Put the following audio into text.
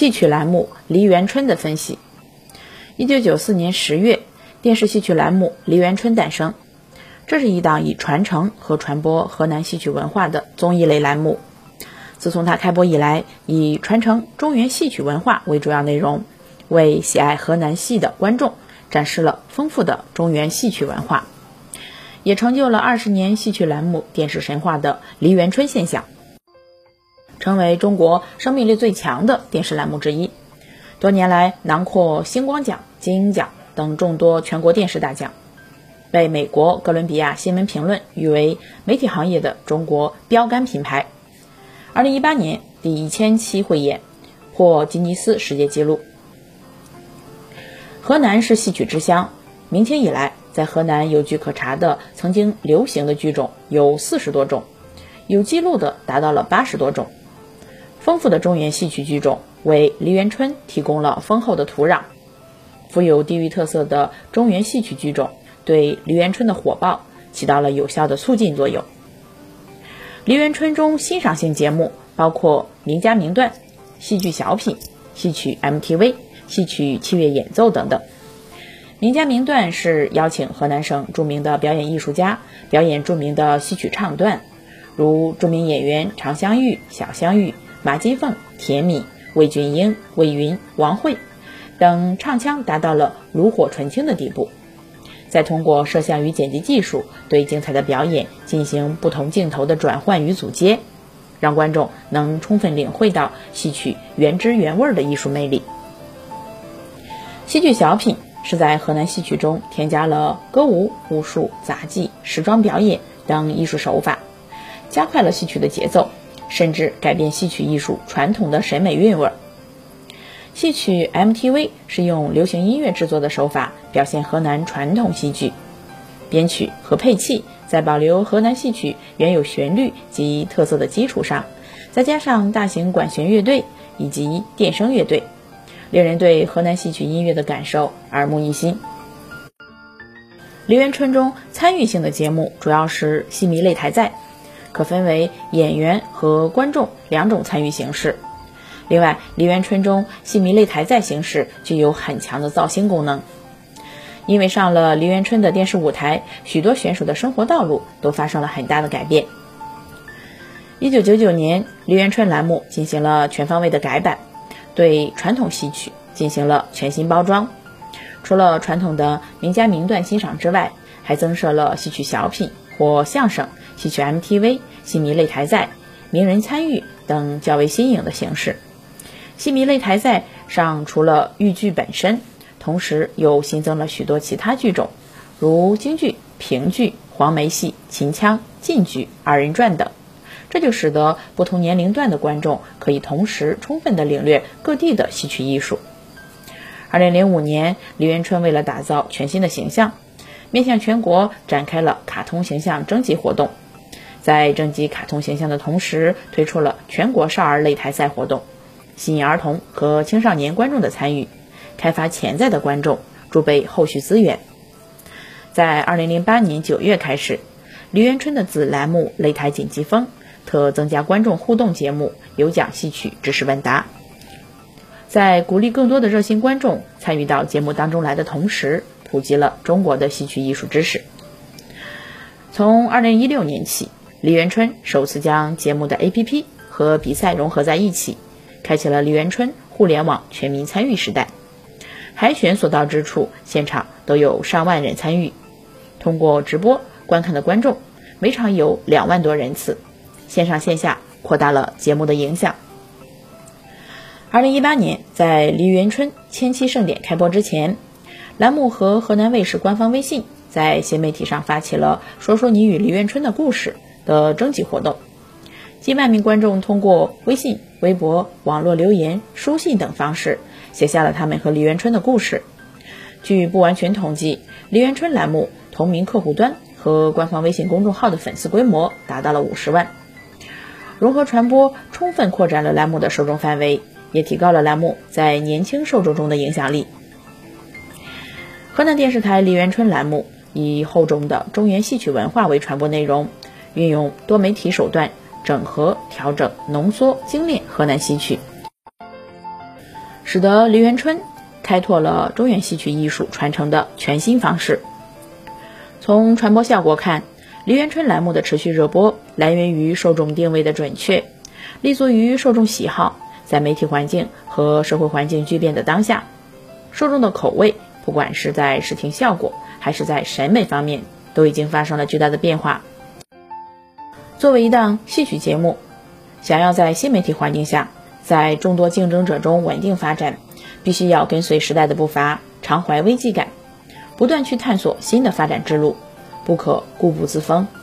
戏曲栏目《梨园春》的分析。1994年10月，电视戏曲栏目《梨园春》诞生。这是一档以传承和传播河南戏曲文化的综艺类栏目。自从它开播以来，以传承中原戏曲文化为主要内容，为喜爱河南戏的观众展示了丰富的中原戏曲文化，也成就了20年戏曲栏目电视神话的梨园春现象，成为中国生命力最强的电视栏目之一。多年来囊括星光奖、金鹰奖等众多全国电视大奖，被美国哥伦比亚新闻评论誉为媒体行业的中国标杆品牌。2018年第1000期汇演获吉尼斯世界纪录。河南是戏曲之乡，明清以来在河南有据可查的曾经流行的剧种有40多种，有记录的达到了80多种。丰富的中原戏曲剧种为梨园春提供了丰厚的土壤，富有地域特色的中原戏曲剧种对梨园春的火爆起到了有效的促进作用。梨园春中欣赏性节目包括名家名段、戏剧小品、戏曲 MTV、戏曲器乐演奏等等。名家名段是邀请河南省著名的表演艺术家表演著名的戏曲唱段，如著名演员常香玉、小香玉、马金凤、田米、魏俊英、魏云、王慧等唱腔达到了炉火纯青的地步，再通过摄像与剪辑技术对精彩的表演进行不同镜头的转换与组接，让观众能充分领会到戏曲原汁原味的艺术魅力。戏剧小品是在河南戏曲中添加了歌舞、武术、杂技、时装表演等艺术手法，加快了戏曲的节奏，甚至改变戏曲艺术传统的审美韵味。戏曲 MTV 是用流行音乐制作的手法表现河南传统戏剧，编曲和配器在保留河南戏曲原有旋律及特色的基础上，再加上大型管弦乐队以及电声乐队，令人对河南戏曲音乐的感受耳目一新。梨园春中参与性的节目主要是戏迷擂台赛，可分为演员和观众两种参与形式。另外，梨园春中戏迷擂台赛形式具有很强的造星功能，因为上了梨园春的电视舞台，许多选手的生活道路都发生了很大的改变。1999年，梨园春栏目进行了全方位的改版，对传统戏曲进行了全新包装。除了传统的名家名段欣赏之外，还增设了戏曲小品或相声、戏曲 MTV、戏迷擂台赛、名人参与等较为新颖的形式。戏迷擂台赛上除了豫剧本身，同时又新增了许多其他剧种，如京剧、评剧、黄梅戏、秦腔、晋剧、二人转等，这就使得不同年龄段的观众可以同时充分地领略各地的戏曲艺术。2005年，梨园春为了打造全新的形象，面向全国展开了卡通形象征集活动，在征集卡通形象的同时，推出了全国少儿擂台赛活动，吸引儿童和青少年观众的参与，开发潜在的观众，储备后续资源。在2008年9月开始，梨园春的子栏目擂台锦鸡风特增加观众互动节目有奖戏曲知识问答，在鼓励更多的热心观众参与到节目当中来的同时，普及了中国的戏曲艺术知识。从2016年起，梨园春首次将节目的 APP 和比赛融合在一起，开启了梨园春互联网全民参与时代。海选所到之处，现场都有上万人参与，通过直播观看的观众每场有2万多人次，线上线下扩大了节目的影响。2018年，在梨园春1000期盛典开播之前，栏目和河南卫视官方微信在新媒体上发起了说说你与梨园春的故事的征集活动，几万名观众通过微信、微博、网络留言、书信等方式写下了他们和梨园春的故事。据不完全统计，梨园春栏目同名客户端和官方微信公众号的粉丝规模达到了50万。融合传播充分扩展了栏目的受众范围，也提高了栏目在年轻受众中的影响力。河南电视台梨园春栏目以厚重的中原戏曲文化为传播内容，运用多媒体手段整合、调整、浓缩、精炼河南戏曲。 使得梨园春开拓了中原戏曲艺术传承的全新方式。从传播效果看，梨园春栏目的持续热播来源于受众定位的准确，立足于受众喜好。在媒体环境和社会环境巨变的当下，受众的口味不管是在视听效果还是在审美方面都已经发生了巨大的变化。作为一档戏曲节目，想要在新媒体环境下在众多竞争者中稳定发展，必须要跟随时代的步伐，常怀危机感，不断去探索新的发展之路，不可固步自封。